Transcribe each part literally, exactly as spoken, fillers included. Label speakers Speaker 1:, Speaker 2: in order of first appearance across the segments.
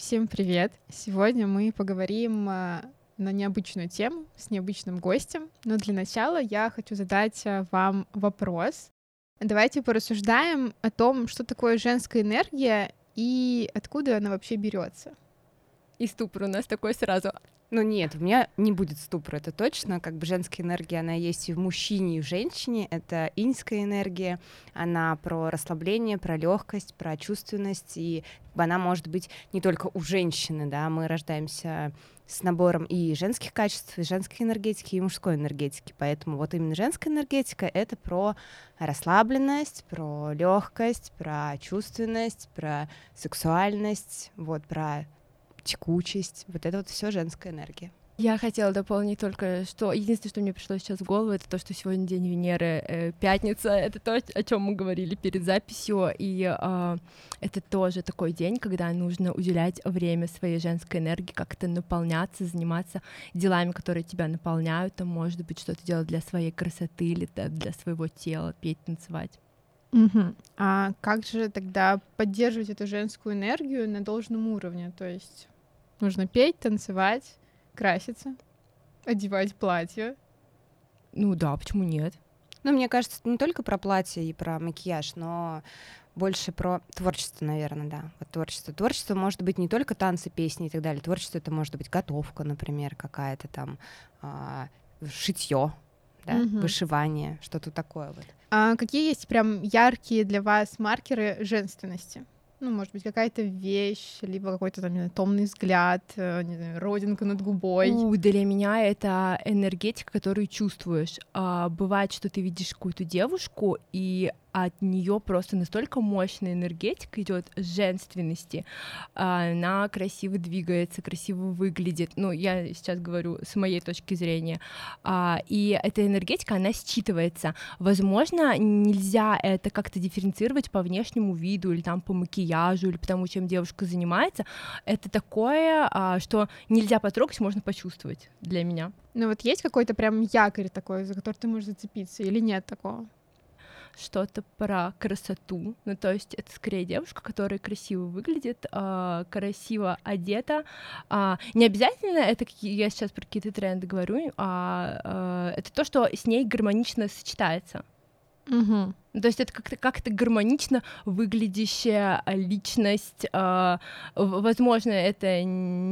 Speaker 1: Всем привет! Сегодня мы поговорим а, на необычную тему с необычным гостем, но для начала я хочу задать а, вам вопрос. Давайте порассуждаем о том, что такое женская энергия и откуда она вообще берется.
Speaker 2: И ступор у нас такой сразу.
Speaker 3: Ну нет, у меня не будет ступора, это точно. Как бы женская энергия, она есть и в мужчине, и в женщине. Это иньская энергия, она про расслабление, про легкость, про чувственность, и она может быть не только у женщины, да, мы рождаемся с набором и женских качеств, и женской энергетики, и мужской энергетики. Поэтому вот именно женская энергетика — это про расслабленность, про легкость, про чувственность, про сексуальность, вот, про текучесть, вот это вот все женская энергия.
Speaker 2: Я хотела дополнить только, что единственное, что мне пришло сейчас в голову, это то, что сегодня день Венеры, э, пятница, это то, о чем мы говорили перед записью, и э, это тоже такой день, когда нужно уделять время своей женской энергии, как-то наполняться, заниматься делами, которые тебя наполняют, там, может быть, что-то делать для своей красоты или для своего тела, петь, танцевать.
Speaker 1: Угу. А как же тогда поддерживать эту женскую энергию на должном уровне? То есть нужно петь, танцевать, краситься, одевать платье.
Speaker 2: Ну да, почему нет?
Speaker 3: Ну, мне кажется, это не только про платье и про макияж, но больше про творчество, наверное, да. Вот творчество. Творчество может быть не только танцы, песни и так далее. Творчество — это может быть готовка, например, какая-то там, а, шитьё, да, угу. вышивание, что-то такое вот.
Speaker 1: А какие есть прям яркие для вас маркеры женственности? Ну, может быть, какая-то вещь, либо какой-то там, не знаю, томный взгляд, не знаю, родинка над губой.
Speaker 2: У, для меня это энергетика, которую чувствуешь. А, бывает, что ты видишь какую-то девушку, и от нее просто настолько мощная энергетика идет женственности. Она красиво двигается, красиво выглядит. Ну, я сейчас говорю с моей точки зрения. И эта энергетика, она считывается. Возможно, нельзя это как-то дифференцировать по внешнему виду или там по макияжу, или потому, чем девушка занимается. Это такое, что нельзя потрогать, можно почувствовать для меня.
Speaker 1: Ну вот есть какой-то прям якорь такой, за который ты можешь зацепиться, или нет такого?
Speaker 2: Что-то про красоту, ну то есть это скорее девушка, которая красиво выглядит, э, красиво одета, э, не обязательно это, я сейчас про какие-то тренды говорю, а э, это то, что с ней гармонично сочетается.
Speaker 1: Угу.
Speaker 2: То есть это как-то, как-то гармонично выглядящая личность. Э, возможно, это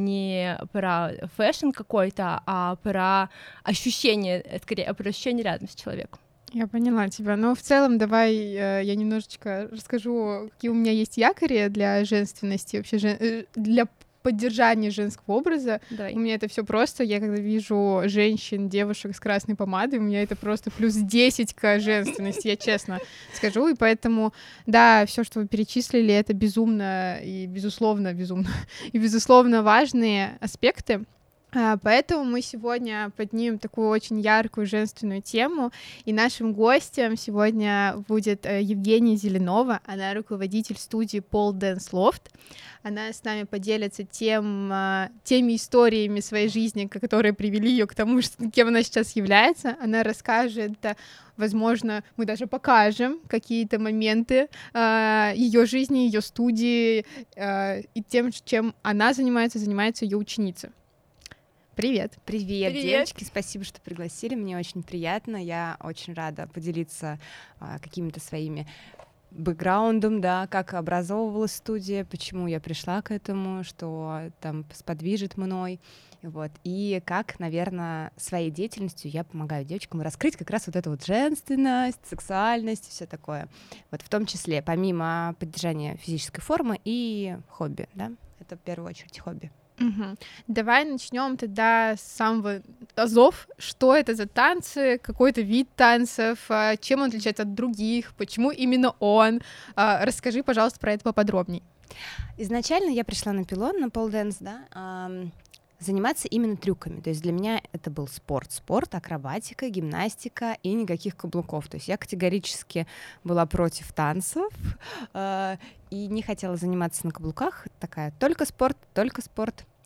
Speaker 2: не про фэшн какой-то, а про ощущение, скорее, про ощущение рядом с человеком.
Speaker 1: Я поняла тебя. Но в целом давай э, я немножечко расскажу, какие у меня есть якори для женственности, вообще жен... э, для поддержания женского образа.
Speaker 2: Давай.
Speaker 1: У меня это все просто. Я когда вижу женщин, девушек с красной помадой, у меня это просто плюс десять к женственности, я честно скажу. И поэтому, да, все, что вы перечислили, это безумно и безусловно, безумно и безусловно важные аспекты. Поэтому мы сегодня поднимем такую очень яркую женственную тему, и нашим гостем сегодня будет Евгения Зеленова, она руководитель студии Pole Dance Loft. Она с нами поделится тем, теми историями своей жизни, которые привели ее к тому, кем она сейчас является. Она расскажет, возможно, мы даже покажем какие-то моменты ее жизни, ее студии и тем, чем она занимается, занимается ее ученица. Привет.
Speaker 3: Привет,
Speaker 2: Привет,
Speaker 3: девочки, спасибо, что пригласили, мне очень приятно, я очень рада поделиться а, какими-то своими бэкграундом, да, как образовывалась студия, почему я пришла к этому, что там сподвижет мной, вот, и как, наверное, своей деятельностью я помогаю девочкам раскрыть как раз вот эту вот женственность, сексуальность и все такое, вот, в том числе, помимо поддержания физической формы и хобби, да, это в первую очередь хобби.
Speaker 1: Угу. Давай начнем тогда с самого азов. Что это за танцы, какой-то вид танцев, чем он отличается от других, почему именно он? Расскажи, пожалуйста, про это поподробнее.
Speaker 3: Изначально я пришла на пилон, на Pole Dance, да, заниматься именно трюками. То есть для меня это был спорт. Спорт, акробатика, гимнастика и никаких каблуков. То есть я категорически была против танцев э, и не хотела заниматься на каблуках. Такая только спорт, только спорт.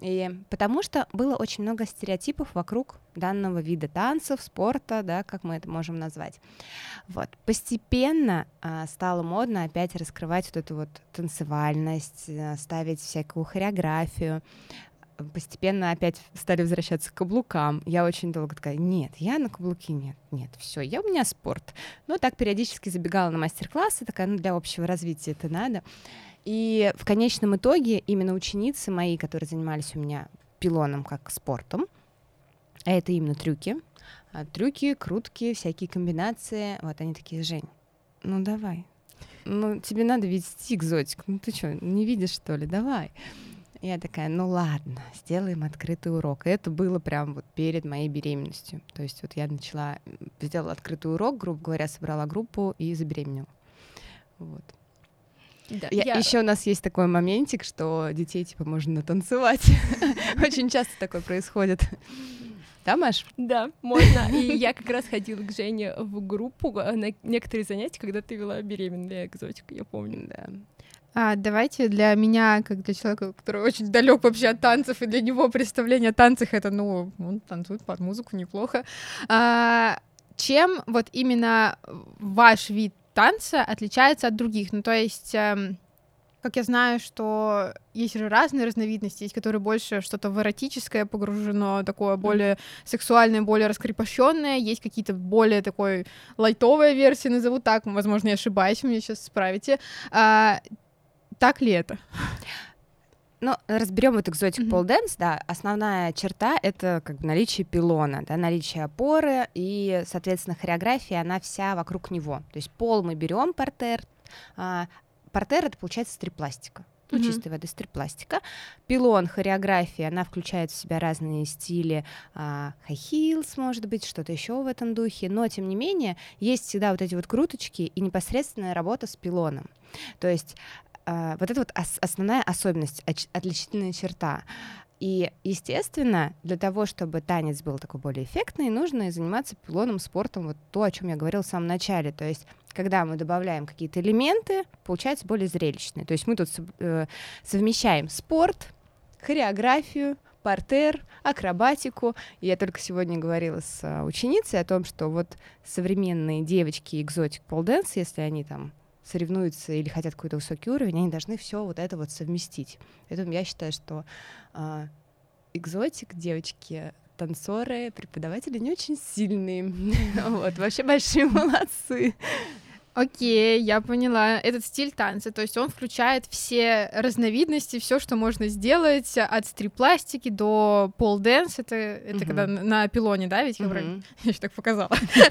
Speaker 3: И потому что было очень много стереотипов вокруг данного вида танцев, спорта, да, как мы это можем назвать. Вот. Постепенно а, стало модно опять раскрывать вот эту вот танцевальность, а, ставить всякую хореографию. Постепенно опять стали возвращаться к каблукам. Я очень долго такая, нет, я на каблуки нет, нет, все, я у меня спорт. Но так периодически забегала на мастер-классы, такая, ну, для общего развития это надо. И в конечном итоге именно ученицы мои, которые занимались у меня пилоном как спортом, а это именно трюки, трюки, крутки, всякие комбинации, вот они такие, Жень, ну давай, ну тебе надо вести экзотику, ну ты что, не видишь, что ли, давай. Я такая, ну ладно, сделаем открытый урок. И это было прям вот перед моей беременностью. То есть вот я начала, сделала открытый урок, грубо говоря, собрала группу и забеременела. Вот. Да, я, я... Еще у нас есть такой моментик, что детей типа можно натанцевать. Очень часто такое происходит. Да, Маш?
Speaker 2: Да, можно. И я как раз ходила к Жене в группу на некоторые занятия, когда ты вела беременная экзотика, я помню.
Speaker 3: Да.
Speaker 1: А, давайте для меня, как для человека, который очень далек вообще от танцев, и для него представление о танцах — это, ну, он танцует под музыку неплохо. А, чем вот именно ваш вид танца отличается от других? Ну, то есть, эм, как я знаю, что есть же разные разновидности, есть, которые больше что-то в эротическое погружено, такое более сексуальное, более раскрепощенное, есть какие-то более такой лайтовые версии, назову так, возможно, я ошибаюсь, вы меня сейчас справите. А, Так ли это?
Speaker 3: Ну, разберем вот экзотик пол дэнс, да, основная черта — это как бы наличие пилона, да, наличие опоры, и, соответственно, хореография, она вся вокруг него. То есть пол мы берем, партер, а, партер — это, получается, стрип-пластика. Ну, mm-hmm. чистой воды стрип-пластика. Пилон, хореография, она включает в себя разные стили, а, high heels, может быть, что-то еще в этом духе, но, тем не менее, есть всегда вот эти вот круточки и непосредственная работа с пилоном. То есть Uh, вот это вот ос- основная особенность, оч- отличительная черта. И, естественно, для того, чтобы танец был такой более эффектный, нужно заниматься пилоном, спортом, вот то, о чем я говорила в самом начале. То есть, когда мы добавляем какие-то элементы, получается более зрелищные. То есть мы тут э, совмещаем спорт, хореографию, партер, акробатику. И я только сегодня говорила с uh, ученицей о том, что вот современные девочки экзотик пол дэнс, если они там соревнуются или хотят какой-то высокий уровень, они должны все вот это вот совместить. Поэтому я считаю, что э, экзотик, девочки, танцоры, преподаватели не очень сильные. Вот, вообще большие молодцы.
Speaker 1: Окей, я поняла. Этот стиль танца, то есть он включает все разновидности, все, что можно сделать, от стрип-пластики до пол-дэнс. Это, это uh-huh. когда на пилоне, да, ведь? Uh-huh. Я еще так показала.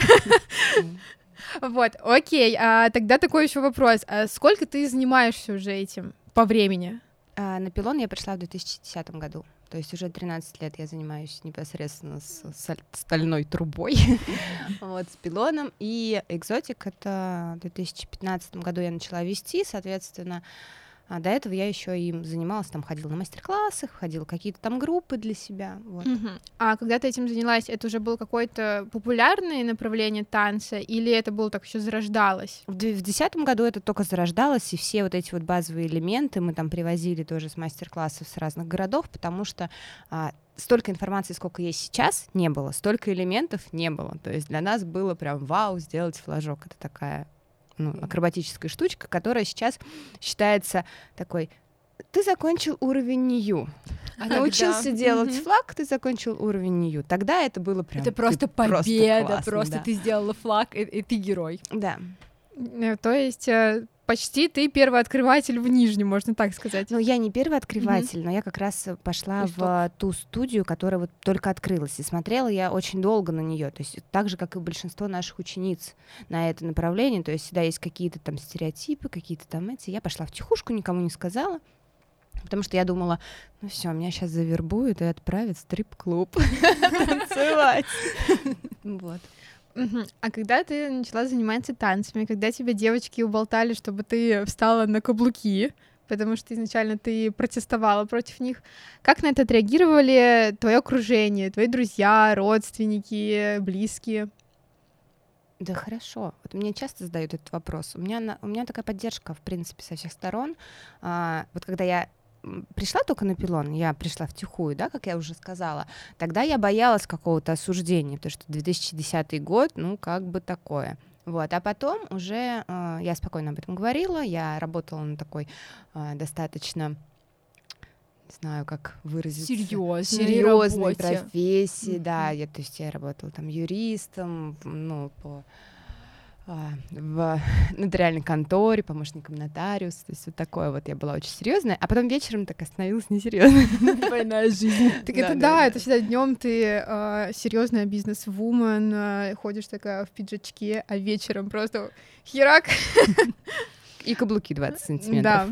Speaker 1: Вот, окей, а тогда такой еще вопрос. А сколько ты занимаешься уже этим по времени?
Speaker 3: А, на пилон я пришла в две тысячи десятом году. То есть уже тринадцать лет я занимаюсь непосредственно с, с стальной трубой, вот, с пилоном. И экзотик — это в две тысячи пятнадцатом году я начала вести, соответственно, а до этого я еще им занималась, там ходила на мастер-классы, ходила какие-то там группы для себя. Вот.
Speaker 1: Uh-huh. А когда ты этим занялась, это уже было какое-то популярное направление танца, или это было так еще зарождалось?
Speaker 3: В две тысячи десятом году это только зарождалось, и все вот эти вот базовые элементы мы там привозили тоже с мастер-классов с разных городов, потому что а, столько информации, сколько есть сейчас, не было, столько элементов не было. То есть для нас было прям вау, сделать флажок. Это такая... Ну, акробатическая штучка, которая сейчас считается такой: ты закончил уровень нью, а научился тогда... делать mm-hmm. флаг, ты закончил уровень нью. Тогда это было прям...
Speaker 2: Это просто победа, просто, просто да. Ты сделала флаг, и, и ты герой.
Speaker 3: Да.
Speaker 1: То есть почти ты первооткрыватель в Нижнем, можно так сказать.
Speaker 3: Ну, я не первооткрыватель, mm-hmm. но я как раз пошла в ту студию, которая вот только открылась, и смотрела я очень долго на нее, то есть так же, как и большинство наших учениц на это направление, то есть всегда есть какие-то там стереотипы, какие-то там эти. Я пошла втихушку, никому не сказала, потому что я думала, ну все, меня сейчас завербуют и отправят в стрип-клуб танцевать. Вот.
Speaker 1: Uh-huh. А когда ты начала заниматься танцами, когда тебя девочки уболтали, чтобы ты встала на каблуки, потому что изначально ты протестовала против них, как на это отреагировали твое окружение, твои друзья, родственники, близкие?
Speaker 3: Да хорошо. Вот мне часто задают этот вопрос. У меня, на, у меня такая поддержка, в принципе, со всех сторон. А, вот когда я пришла только на пилон, я пришла втихую, да, как я уже сказала, тогда я боялась какого-то осуждения, потому что две тысячи десятый год, ну, как бы такое. Вот, а потом уже э, я спокойно об этом говорила, я работала на такой э, достаточно, не знаю, как выразиться,
Speaker 2: серьезной,
Speaker 3: серьезной
Speaker 2: работе.
Speaker 3: профессии,
Speaker 2: Mm-hmm.
Speaker 3: да, я, то есть я работала там юристом, ну, по в нотариальной конторе, помощником нотариуса, то есть вот такое вот, я была очень серьезная, а потом вечером так остановилась несерьезной.
Speaker 2: Двойная жизнь.
Speaker 1: Так это да, это всегда днем ты серьезная бизнес-вумен, ходишь такая в пиджачке, а вечером просто херак.
Speaker 3: И каблуки двадцать сантиметров.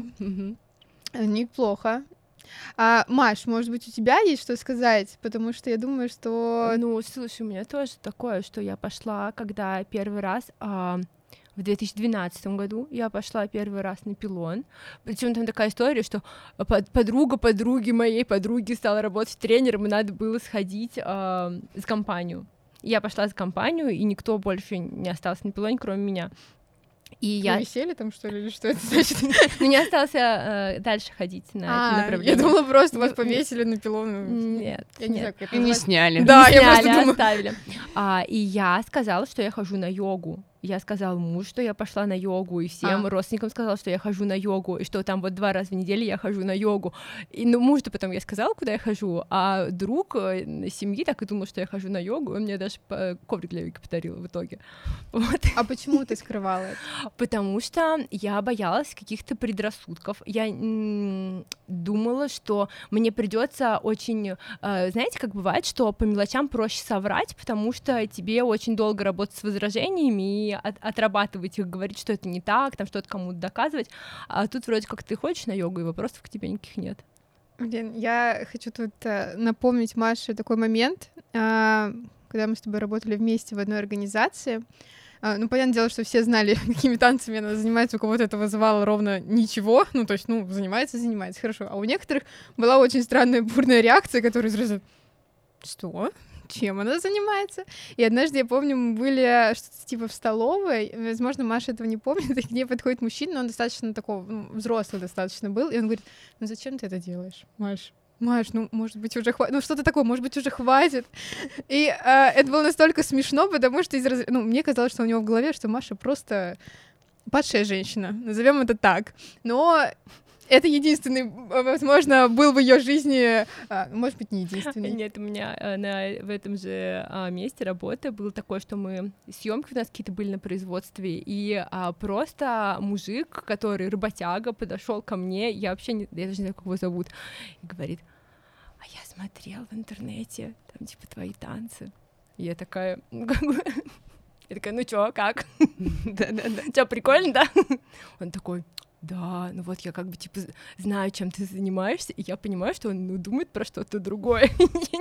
Speaker 1: Да, неплохо. А, Маш, может быть, у тебя есть что сказать? Потому что я думаю, что...
Speaker 2: Ну, слушай, у меня тоже такое, что я пошла, когда первый раз... А... В две тысячи двенадцатом году я пошла первый раз на пилон. Причем там такая история, что подруга подруги моей подруги стала работать тренером, и надо было сходить э, с компанию. Я пошла за компанию, и никто больше не остался на пилоне, кроме меня. И
Speaker 1: Вы
Speaker 2: я...
Speaker 1: висели там, что ли, или что это значит?
Speaker 2: Ну, не остался э, дальше ходить на это направление.
Speaker 1: Я думала, просто вас повесили на пилон.
Speaker 2: Нет,
Speaker 1: я не знаю, как это
Speaker 3: и не сняли.
Speaker 1: Да,
Speaker 2: не
Speaker 1: я
Speaker 2: сняли,
Speaker 1: просто думала.
Speaker 2: оставили. А, и я сказала, что я хожу на йогу. Я сказала мужу, что я пошла на йогу, и всем а. родственникам сказала, что я хожу на йогу, и что там вот два раза в неделю я хожу на йогу. И ну, мужу-то потом я сказала, куда я хожу, а друг семьи так и думал, что я хожу на йогу, он мне даже коврик для йоги подарил в итоге. Вот.
Speaker 1: А почему ты скрывала это?
Speaker 2: Потому что я боялась каких-то предрассудков. Я м- думала, что мне придется очень... Э, знаете, как бывает, что по мелочам проще соврать, потому что тебе очень долго работать с возражениями и от, отрабатывать их, говорить, что это не так, там что-то кому-то доказывать, а тут вроде как ты ходишь на йогу, и вопросов к тебе никаких нет.
Speaker 1: Блин, я хочу тут э, напомнить Маше такой момент, э, когда мы с тобой работали вместе в одной организации. Uh, ну, понятное дело, что все знали, какими танцами она занимается, у кого-то это вызывало ровно ничего, ну, то есть, ну, занимается, занимается, хорошо. А у некоторых была очень странная бурная реакция, которая сразу... Что? Чем она занимается? И однажды, я помню, мы были что-то типа в столовой, возможно, Маша этого не помнит, и к ней подходит мужчина, но он достаточно такого, ну, взрослый достаточно был, и он говорит, ну, зачем ты это делаешь, Маш? Маш, ну, может быть, уже хватит, ну, что-то такое, может быть, уже хватит. И э, это было настолько смешно, потому что из раз... ну, мне казалось, что у него в голове, что Маша просто падшая женщина, назовем это так. Но это единственный, возможно, был в ее жизни, а, может быть, не единственный.
Speaker 2: Нет, у меня на, в этом же а, месте работы было такое, что мы съемки у нас какие-то были на производстве, и а, просто мужик, который работяга, подошел ко мне, я вообще не, я даже не знаю, как его зовут, и говорит: а я смотрел в интернете, там типа твои танцы. И я такая, ну как бы, я такая, ну чё, как? Да-да-да. Чё, прикольно, да? Он такой: да, ну вот я как бы, типа, знаю, чем ты занимаешься, и я понимаю, что он, ну, думает про что-то другое,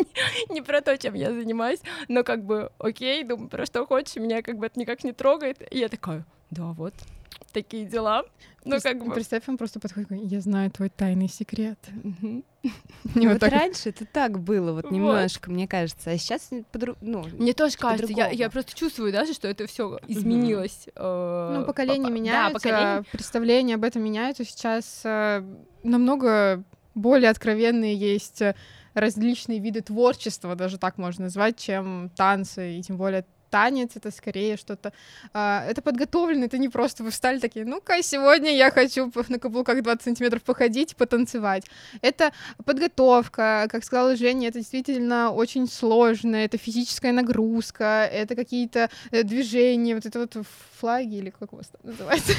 Speaker 2: не про то, чем я занимаюсь, но как бы, окей, думаю, про что хочешь, меня как бы это никак не трогает, и я такая, да, вот, такие дела. Ну,
Speaker 1: Прес-
Speaker 2: как бы...
Speaker 1: Представь, он просто подходит и говорит: я знаю твой тайный секрет.
Speaker 3: Mm-hmm. Вот, вот раньше это так было, вот, вот немножко, мне кажется, а сейчас подру... ну,
Speaker 2: мне тоже кажется, я, я просто чувствую даже, что это все изменилось.
Speaker 1: Mm-hmm. Э- ну, поколения по- меняются, да, поколение... представления об этом меняются. Сейчас э- намного более откровенные есть различные виды творчества, даже так можно назвать, чем танцы, и тем более танец — это скорее что-то... А, это подготовлено, это не просто вы встали такие: ну-ка, сегодня я хочу на каблуках двадцать сантиметров походить, потанцевать. Это подготовка, как сказала Женя, это действительно очень сложно, это физическая нагрузка, это какие-то движения, вот это вот флаги, или как у вас там называется.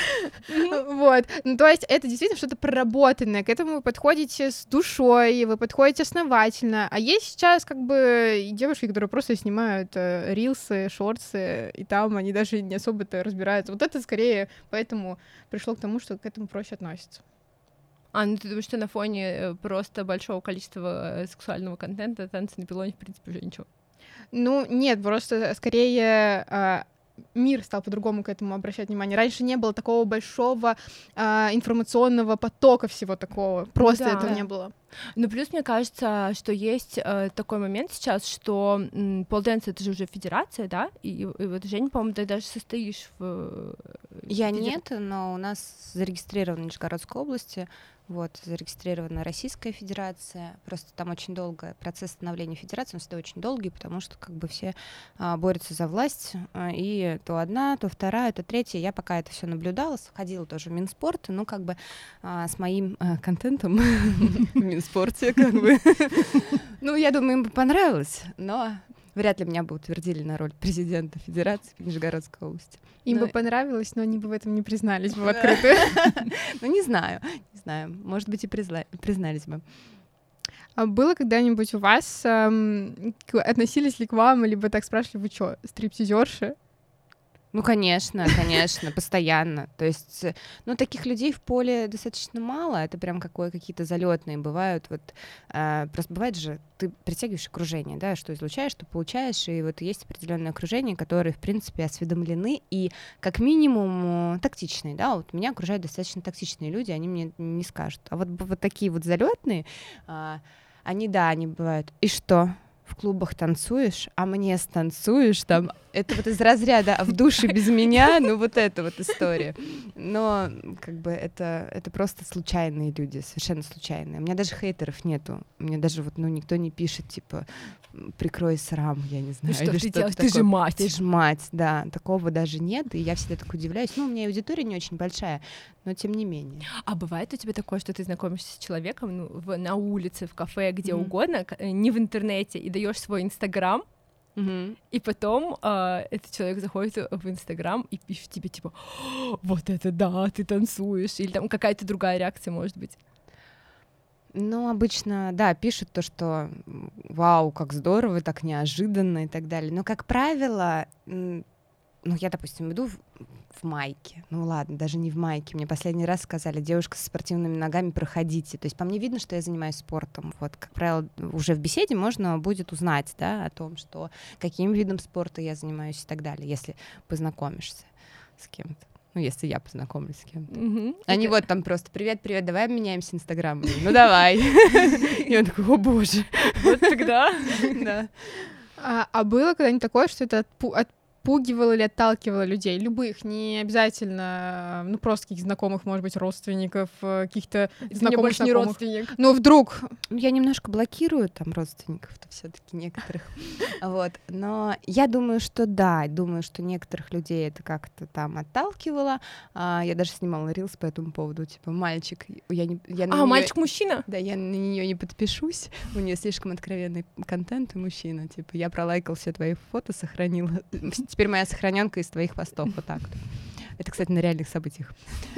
Speaker 1: Вот. Ну, то есть это действительно что-то проработанное, к этому вы подходите с душой, вы подходите основательно. А есть сейчас как бы девушки, которые просто снимают рилс, шорты, и там они даже не особо-то разбираются. Вот это скорее поэтому пришло к тому, что к этому проще относятся.
Speaker 2: А, ну ты думаешь, что на фоне просто большого количества сексуального контента танцы на пилоне, в принципе, уже ничего?
Speaker 1: Ну, нет, просто скорее а, мир стал по-другому к этому обращать внимание. Раньше не было такого большого а, информационного потока всего такого. Просто да, этого да. не было.
Speaker 2: Ну, плюс, мне кажется, что есть э, такой момент сейчас, что м, полденс — это же уже федерация, да? И, и вот, Женя, по-моему, ты даже состоишь в...
Speaker 3: Я федер... нет, но у нас зарегистрировано в Нижегородской области. вот, зарегистрирована Российская Федерация, просто там очень долго, процесс становления федерации, он всегда очень долгий, потому что как бы все а, борются за власть, а, и то одна, то вторая, то третья, я пока это все наблюдала, ходила тоже в Минспорт, ну как бы а, с моим а, контентом в Минспорте, как бы, ну я думаю, им бы понравилось, но вряд ли меня бы утвердили на роль президента Федерации Нижегородской области.
Speaker 1: Им
Speaker 3: но...
Speaker 1: бы понравилось, но они бы в этом не признались бы в открытую.
Speaker 3: Ну, не знаю, не знаю. Может быть, и признались бы.
Speaker 1: А было когда-нибудь у вас, эм, относились ли к вам, либо так спрашивали, вы что, стриптизерши?
Speaker 3: Ну, конечно, конечно, постоянно. То есть, ну, таких людей в поле достаточно мало. Это прям какое, какие-то залетные бывают. Вот э, просто бывает же, ты притягиваешь окружение, да, что излучаешь, что получаешь, и вот есть определенное окружение, которые, в принципе, осведомлены и как минимум тактичные, да. Вот меня окружают достаточно тактичные люди, они мне не скажут. А вот вот такие вот залетные, э, они, да, они бывают. И что? В клубах танцуешь, а мне станцуешь там. Это вот из разряда «а в душе без меня», ну вот эта вот история. Но как бы это, это просто случайные люди, совершенно случайные. У меня даже хейтеров нету. Мне даже вот, ну, никто не пишет, типа, прикрой срам, я не знаю.
Speaker 2: Что ты делаешь?
Speaker 3: Такое.
Speaker 2: Ты же мать.
Speaker 3: Ты же мать, да. Такого даже нет, и я всегда так удивляюсь. Ну, у меня аудитория не очень большая, но тем не менее.
Speaker 2: А бывает у тебя такое, что ты знакомишься с человеком ну, в, на улице, в кафе, где
Speaker 3: Mm-hmm.
Speaker 2: угодно, не в интернете, и даешь свой Инстаграм,
Speaker 3: Mm-hmm.
Speaker 2: и потом э, этот человек заходит в Инстаграм и пишет тебе типа «Вот это да, ты танцуешь», или там какая-то другая реакция может быть.
Speaker 3: Ну, обычно, да, пишут то, что «Вау, как здорово, так неожиданно» и так далее. Но, как правило, ну, я, допустим, иду в, в майке. Ну, ладно, даже не в майке. Мне последний раз сказали: девушка со спортивными ногами, проходите. То есть по мне видно, что я занимаюсь спортом. Вот, как правило, уже в беседе можно будет узнать, да, о том, что каким видом спорта я занимаюсь и так далее, если познакомишься с кем-то. Ну, если я познакомлюсь с кем-то.
Speaker 2: Mm-hmm.
Speaker 3: Они вот там просто «Привет, привет, давай обменяемся инстаграмом». Ну, давай. И он такой: «О, боже».
Speaker 2: Вот тогда.
Speaker 3: Да.
Speaker 1: А было когда-нибудь такое, что это отпугивало или отталкивало людей? Любых, не обязательно, ну, просто каких-то знакомых, может быть, родственников, каких-то знакомых,
Speaker 2: больше не родственник.
Speaker 1: Ну, вдруг...
Speaker 3: Я немножко блокирую там родственников-то все-таки некоторых, вот. Но я думаю, что да, думаю, что некоторых людей это как-то там отталкивало. А, я даже снимала рилс по этому поводу, типа мальчик. Я не, я
Speaker 2: а, неё... мальчик-мужчина?
Speaker 3: Да, я на нее не подпишусь. У нее слишком откровенный контент и мужчина. Типа я пролайкал все твои фото, сохранила. Теперь моя сохраненка из твоих постов, вот так. Это, кстати, на реальных событиях.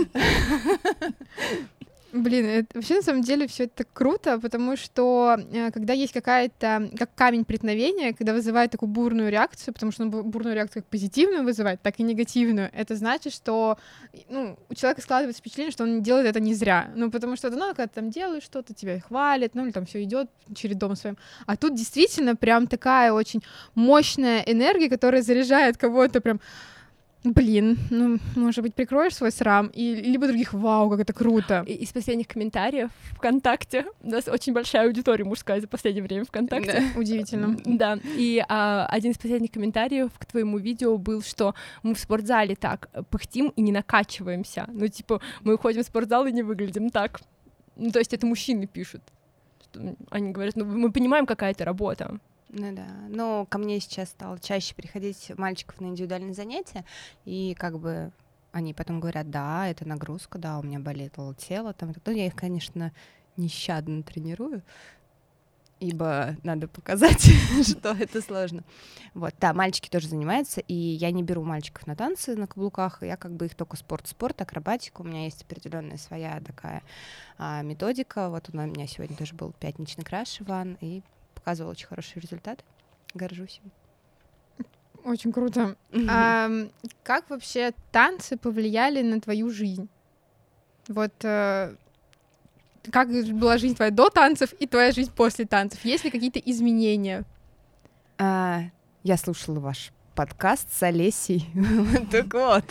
Speaker 1: Блин, это, вообще на самом деле все это круто, потому что э, когда есть какая-то, как камень преткновения, когда вызывает такую бурную реакцию, потому что он бурную реакцию как позитивную вызывает, так и негативную, это значит, что ну, у человека складывается впечатление, что он делает это не зря, ну потому что ну, когда ты там делаешь что-то, тебя хвалят, ну или там все идет чередом своим, а тут действительно прям такая очень мощная энергия, которая заряжает кого-то прям. Блин, ну, может быть, прикроешь свой срам, и либо других, вау, как это круто.
Speaker 2: И, из последних комментариев ВКонтакте, у нас очень большая аудитория мужская за последнее время ВКонтакте.
Speaker 1: Да. Удивительно.
Speaker 2: Да, и а, один из последних комментариев к твоему видео был, что мы в спортзале так пыхтим и не накачиваемся. Ну, типа, мы ходим в спортзал и не выглядим так. Ну, то есть это мужчины пишут. Они говорят, ну, мы понимаем, какая это работа.
Speaker 3: Ну да, но ко мне сейчас стало чаще приходить мальчиков на индивидуальные занятия, и как бы они потом говорят: да, это нагрузка, да, у меня болит тело, там, ну, я их, конечно, нещадно тренирую, ибо надо показать, что это сложно. Вот, да, мальчики тоже занимаются, и я не беру мальчиков на танцы на каблуках, я как бы их только спорт-спорт, акробатика, у меня есть определенная своя такая а, методика, вот у меня сегодня тоже был пятничный краш, Иван, и показывал очень хороший результат. Горжусь им.
Speaker 1: Очень круто. Mm-hmm. А, как вообще танцы повлияли на твою жизнь? Вот э, как была жизнь твоя до танцев и твоя жизнь после танцев? Есть ли какие-то изменения?
Speaker 3: А, я слушала ваш подкаст с Олесей. Так вот,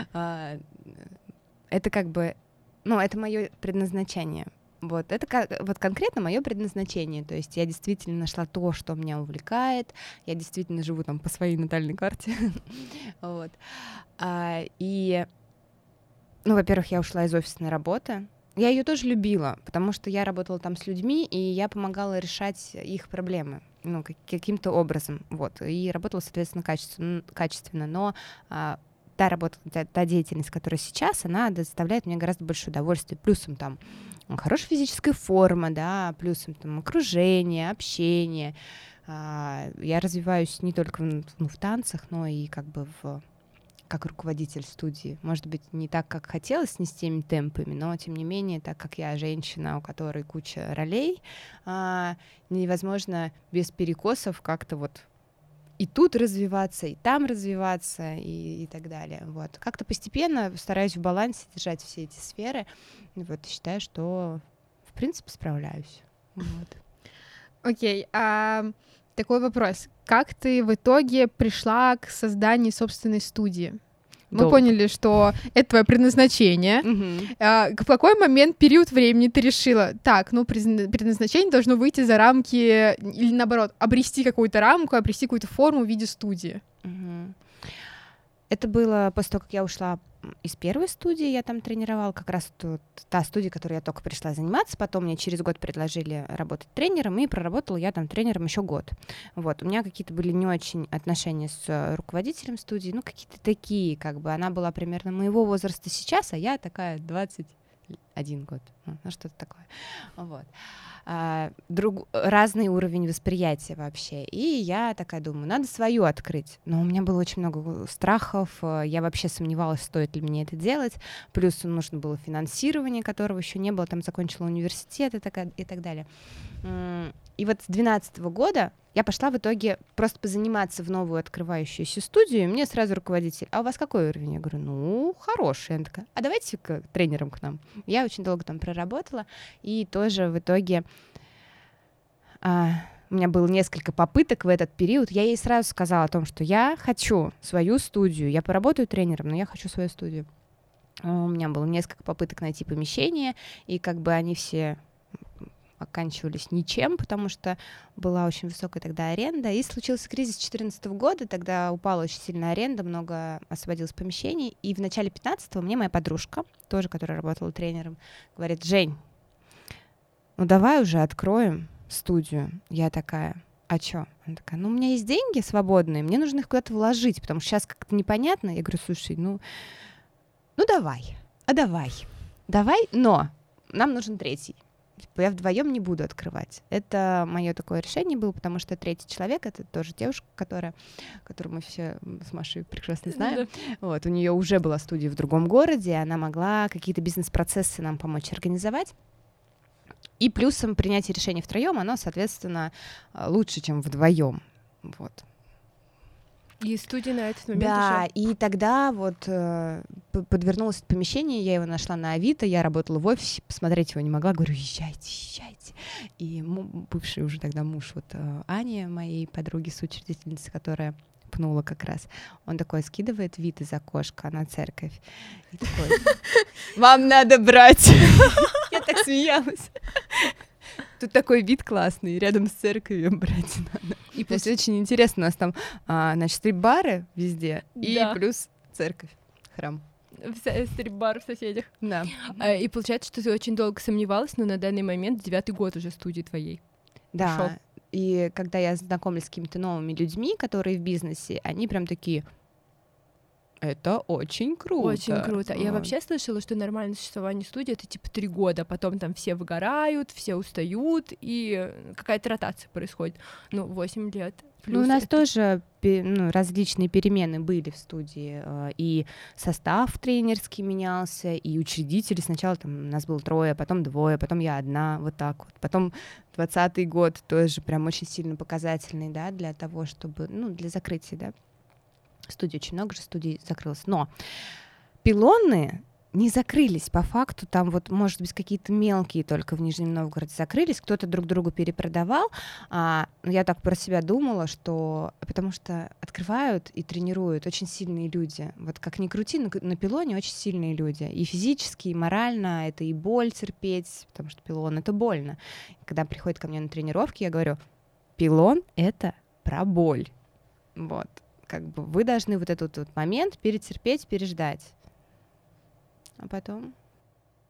Speaker 3: это как бы, ну, это мое предназначение. Вот, это как, вот конкретно мое предназначение, то есть я действительно нашла то, что меня увлекает, я действительно живу там по своей натальной карте, вот, а, и, ну, во-первых, я ушла из офисной работы, Я ее тоже любила, потому что я работала там с людьми, и я помогала решать их проблемы, ну, как- каким-то образом, вот, и работала, соответственно, качественно, качественно. Но а, та работа, та, та деятельность, которая сейчас, она доставляет мне гораздо больше удовольствия. Плюсом там хорошая физическая форма, да, плюсом там окружение, общение. А, я развиваюсь не только в, ну, в танцах, но и как бы в как руководитель студии. Может быть, не так, как хотелось, не с теми темпами, но, тем не менее, так как я женщина, у которой куча ролей, а, невозможно без перекосов как-то вот и тут развиваться, и там развиваться, и, и так далее. Вот. Как-то постепенно стараюсь в балансе держать все эти сферы. Вот, и считаю, что, в принципе, справляюсь. Вот.
Speaker 1: Окей, а такой вопрос. Как ты в итоге пришла к созданию собственной студии? Мы
Speaker 3: Долго.
Speaker 1: поняли, что это твое предназначение.
Speaker 3: Мгм.
Speaker 1: А, в какой момент, период времени ты решила, так, ну, презна- предназначение должно выйти за рамки, или наоборот, обрести какую-то рамку, обрести какую-то форму в виде студии?
Speaker 3: Мгм. Это было после того, как я ушла из первой студии, я там тренировала, как раз тот- та студия, в которой я только пришла заниматься, потом мне через год предложили работать тренером, и проработала я там тренером еще год. Вот, у меня какие-то были не очень отношения с э, руководителем студии, ну, какие-то такие, как бы, она была примерно моего возраста сейчас, а я такая двадцать один год, ну, ну, что-то такое, вот. А, друг, разный уровень восприятия вообще. И я такая думаю, надо свою открыть. Но у меня было очень много страхов, э, я вообще сомневалась, стоит ли мне это делать. Плюс нужно было финансирование, которого еще не было, там закончила университет и так, и так далее. М, И вот с двенадцатого года я пошла в итоге просто позаниматься в новую открывающуюся студию, и мне сразу руководитель, а у вас какой уровень? Я говорю, ну, хороший. Она такая, а давайте к тренерам к нам. Я очень долго там проработала, и тоже в итоге а, у меня было несколько попыток в этот период. Я ей сразу сказала о том, что я хочу свою студию, я поработаю тренером, но я хочу свою студию. А, У меня было несколько попыток найти помещение, и как бы они все оканчивались ничем, потому что была очень высокая тогда аренда. И случился кризис две тысячи четырнадцатого года, тогда упала очень сильно аренда, много освободилось помещений. И в начале пятнадцатого мне моя подружка, тоже, которая работала тренером, говорит, Жень, ну давай уже откроем студию. Я такая, а чё? Она такая, ну у меня есть деньги свободные, мне нужно их куда-то вложить, потому что сейчас как-то непонятно. Я говорю, слушай, ну, ну давай, а давай, давай, но нам нужен третий. Типа, я вдвоем не буду открывать. Это мое такое решение было, потому что третий человек, это тоже девушка, которая, которую мы все с Машей прекрасно знаем. Вот, у нее уже была студия в другом городе, и она могла какие-то бизнес-процессы нам помочь организовать. И плюсом принятие решения втроем, оно, соответственно, лучше, чем вдвоем. Вот.
Speaker 2: И студия на этот момент
Speaker 3: Да,
Speaker 2: уже...
Speaker 3: и тогда вот э, п- подвернулось это помещение, я его нашла на Авито, я работала в офисе, посмотреть его не могла, говорю, езжайте, езжайте. И му- бывший уже тогда муж вот э, Ани, моей подруги, соучредительницы, которая пнула как раз, он такой скидывает вид из окошка на церковь и такой, вам надо брать. Я так смеялась. Тут такой вид классный, рядом с церковью брать надо. И то есть очень интересно, у нас там, а, значит, стрип-бары везде, и
Speaker 2: Да.
Speaker 3: плюс церковь, храм.
Speaker 2: В стрип-бар в соседях.
Speaker 3: Да.
Speaker 2: А, И получается, что ты очень долго сомневалась, но на данный момент девятый год уже студии твоей.
Speaker 3: Да.
Speaker 2: Шок.
Speaker 3: И когда я знакомлюсь с какими-то новыми людьми, которые в бизнесе, они прям такие, это очень круто.
Speaker 2: Очень круто. Я
Speaker 3: Вот.
Speaker 2: вообще слышала, что нормальное существование студии — это типа три года, потом там все выгорают, все устают, и какая-то ротация происходит. Ну, восемь лет.
Speaker 3: Ну, у
Speaker 2: Плюс
Speaker 3: нас
Speaker 2: это-
Speaker 3: тоже пе- ну, различные перемены были в студии, э, и состав тренерский менялся, и учредители. Сначала там у нас было трое, потом двое, потом я одна, вот так вот. Потом двадцатый год тоже прям очень сильно показательный, да, для того, чтобы, ну, для закрытия, да. Студии очень много же студий закрылось. Но пилоны не закрылись по факту, там вот, может быть, какие-то мелкие только в Нижнем Новгороде закрылись, кто-то друг другу перепродавал, а, но я так про себя думала, что потому что открывают и тренируют очень сильные люди, вот как ни крути, на, на пилоне очень сильные люди, и физически, и морально, это и боль терпеть, потому что пилон — это больно. И когда приходят ко мне на тренировки, я говорю, пилон — это про боль, вот, как бы вы должны вот этот вот момент перетерпеть, переждать. А потом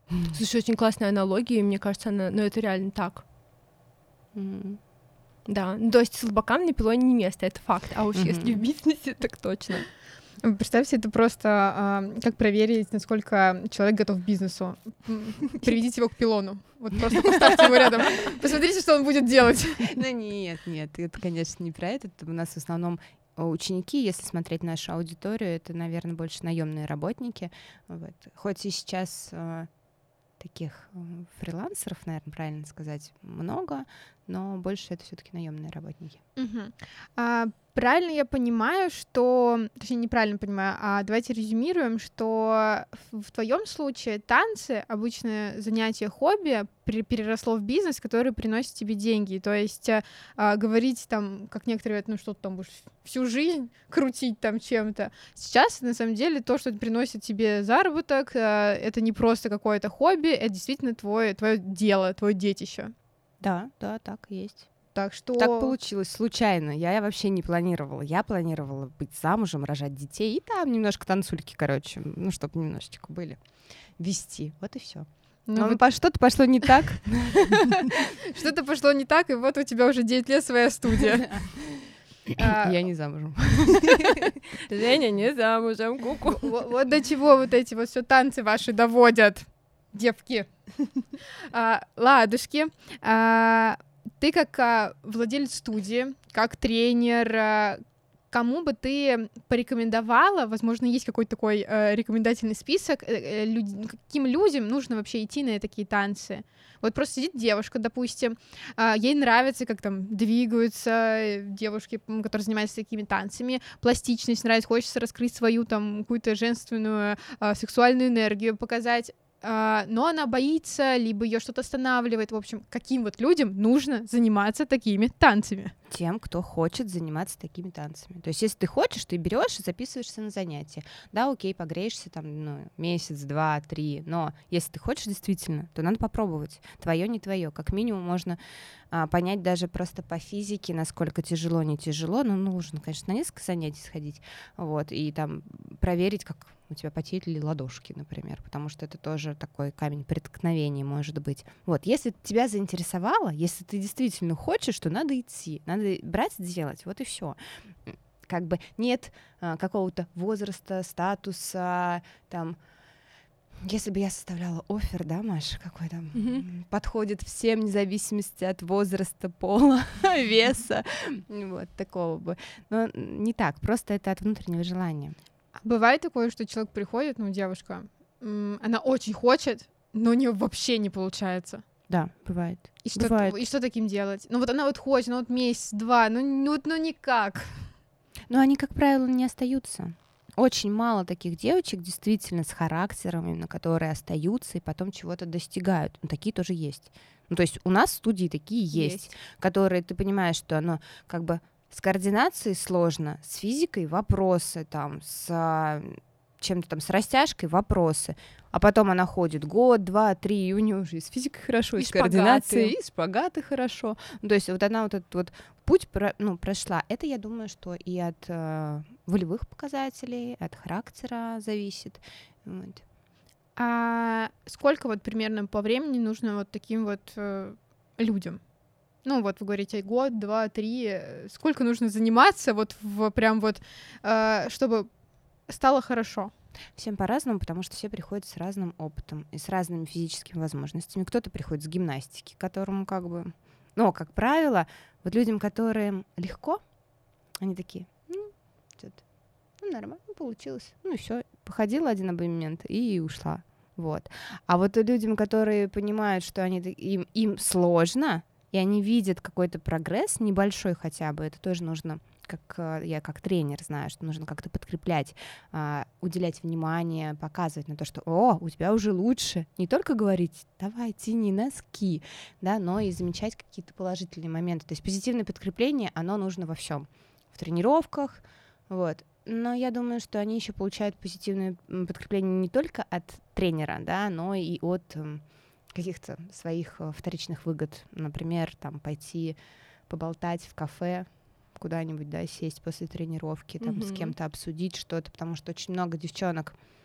Speaker 2: Слушай, очень классная аналогия, и мне кажется, она, ну это реально так.
Speaker 3: Mm-hmm.
Speaker 2: Да, ну, то есть слабакам на пилоне не место, это факт, а уж mm-hmm. если в бизнесе, так точно.
Speaker 1: Представьте, это просто э, как проверить, насколько человек готов к бизнесу. Приведите его к пилону. Вот просто поставьте его рядом. Посмотрите, что он будет делать.
Speaker 3: Ну нет, нет, это, конечно, не про это. Это у нас в основном ученики, если смотреть нашу аудиторию, это, наверное, больше наемные работники. Вот. Хоть и сейчас э, таких э, фрилансеров, наверное, правильно сказать, много, но больше это все-таки наемные работники.
Speaker 1: Uh-huh. А, правильно я понимаю, что, точнее, неправильно понимаю, а давайте резюмируем, что в, в твоем случае танцы, обычное занятие хобби, при, переросло в бизнес, который приносит тебе деньги. То есть а, говорить там, как некоторые говорят, ну что ты там будешь всю жизнь крутить там чем-то. Сейчас, на самом деле, то, что приносит тебе заработок, а, это не просто какое-то хобби, это действительно твое, твое дело, твое детище.
Speaker 3: Да, да, так и есть.
Speaker 1: Так что...
Speaker 3: Так получилось, случайно. Я вообще не планировала. Я планировала быть замужем, рожать детей, и там немножко танцульки, короче, ну, чтобы немножечко были, вести. Вот и все. Ну, вот... что-то пошло не так.
Speaker 1: Что-то пошло не так, и вот у тебя уже девять лет своя студия.
Speaker 3: Я не замужем.
Speaker 2: Женя не замужем, ку-ку.
Speaker 1: Вот до чего вот эти вот все танцы ваши доводят, девки. Ладушки. Ты как а, владелец студии, как тренер, а, кому бы ты порекомендовала, возможно, есть какой-то такой а, рекомендательный список, а, люд... каким людям нужно вообще идти на такие танцы? Вот просто сидит девушка, допустим, а, ей нравится, как там двигаются девушки, которые занимаются такими танцами, пластичность нравится, хочется раскрыть свою там какую-то женственную а, сексуальную энергию, показать. Uh, но она боится, либо ее что-то останавливает. В общем, каким вот людям нужно заниматься такими танцами?
Speaker 3: Тем, кто хочет заниматься такими танцами. То есть, если ты хочешь, ты берешь и записываешься на занятия. Да, окей, погреешься там ну, месяц, два, три. Но если ты хочешь действительно, то надо попробовать. Твое, не твое. Как минимум можно а, понять даже просто по физике, насколько тяжело, не тяжело. Но нужно, конечно, на несколько занятий сходить. Вот, и там проверить, как у тебя потеют ли ладошки, например, потому что это тоже такой камень преткновения может быть. Вот, если тебя заинтересовало, если ты действительно хочешь, то надо идти, надо брать, делать, вот и все. Как бы нет а, какого-то возраста, статуса, там, если бы я составляла оффер, да, Маша, какой там mm-hmm. подходит всем, вне зависимости от возраста, пола, веса, вот, такого бы. Но не так, просто это от внутреннего желания.
Speaker 1: Бывает такое, что человек приходит, ну, девушка, она очень хочет, но у нее вообще не получается.
Speaker 3: Да, бывает.
Speaker 1: И что,
Speaker 3: бывает.
Speaker 1: И что таким делать? Ну вот она вот хочет, ну вот месяц-два, ну, ну, ну никак.
Speaker 3: Но они, как правило, не остаются. Очень мало таких девочек действительно с характером, именно которые остаются и потом чего-то достигают. Ну, такие тоже есть. Ну, то есть у нас в студии такие есть, есть. которые, ты понимаешь, что оно как бы с координацией сложно, с физикой вопросы, там, с чем-то там, с растяжкой вопросы. А потом она ходит год, два, три, и у нее уже и с физикой хорошо, и, и с координацией, и шпагаты хорошо. Ну, то есть вот она вот этот вот путь про, ну, прошла. Это, я думаю, что и от э, волевых показателей, от характера зависит. Вот.
Speaker 1: А сколько вот примерно по времени нужно вот таким вот э, людям? Ну, вот вы говорите, год, два, три. Сколько нужно заниматься, вот в, прям вот, э, чтобы стало хорошо?
Speaker 3: Всем по-разному, потому что все приходят с разным опытом и с разными физическими возможностями. Кто-то приходит с гимнастики, которому как бы... Ну, как правило, вот людям, которым легко, они такие, ну, что-то, ну, нормально получилось. Ну, и все, походила один абонемент и ушла. Вот. А вот людям, которые понимают, что они, им, им сложно, и они видят какой-то прогресс, небольшой хотя бы, это тоже нужно, как я как тренер знаю, что нужно как-то подкреплять, а, уделять внимание, показывать на то, что «О, у тебя уже лучше». Не только говорить «давай, тяни носки», да, но и замечать какие-то положительные моменты. То есть позитивное подкрепление, оно нужно во всем. В тренировках, вот. Но я думаю, что они еще получают позитивное подкрепление не только от тренера, да, но и от каких-то своих вторичных выгод. Например, там пойти поболтать в кафе куда-нибудь, да, сесть после тренировки, там, mm-hmm. с кем-то обсудить что-то, потому что очень много девчонок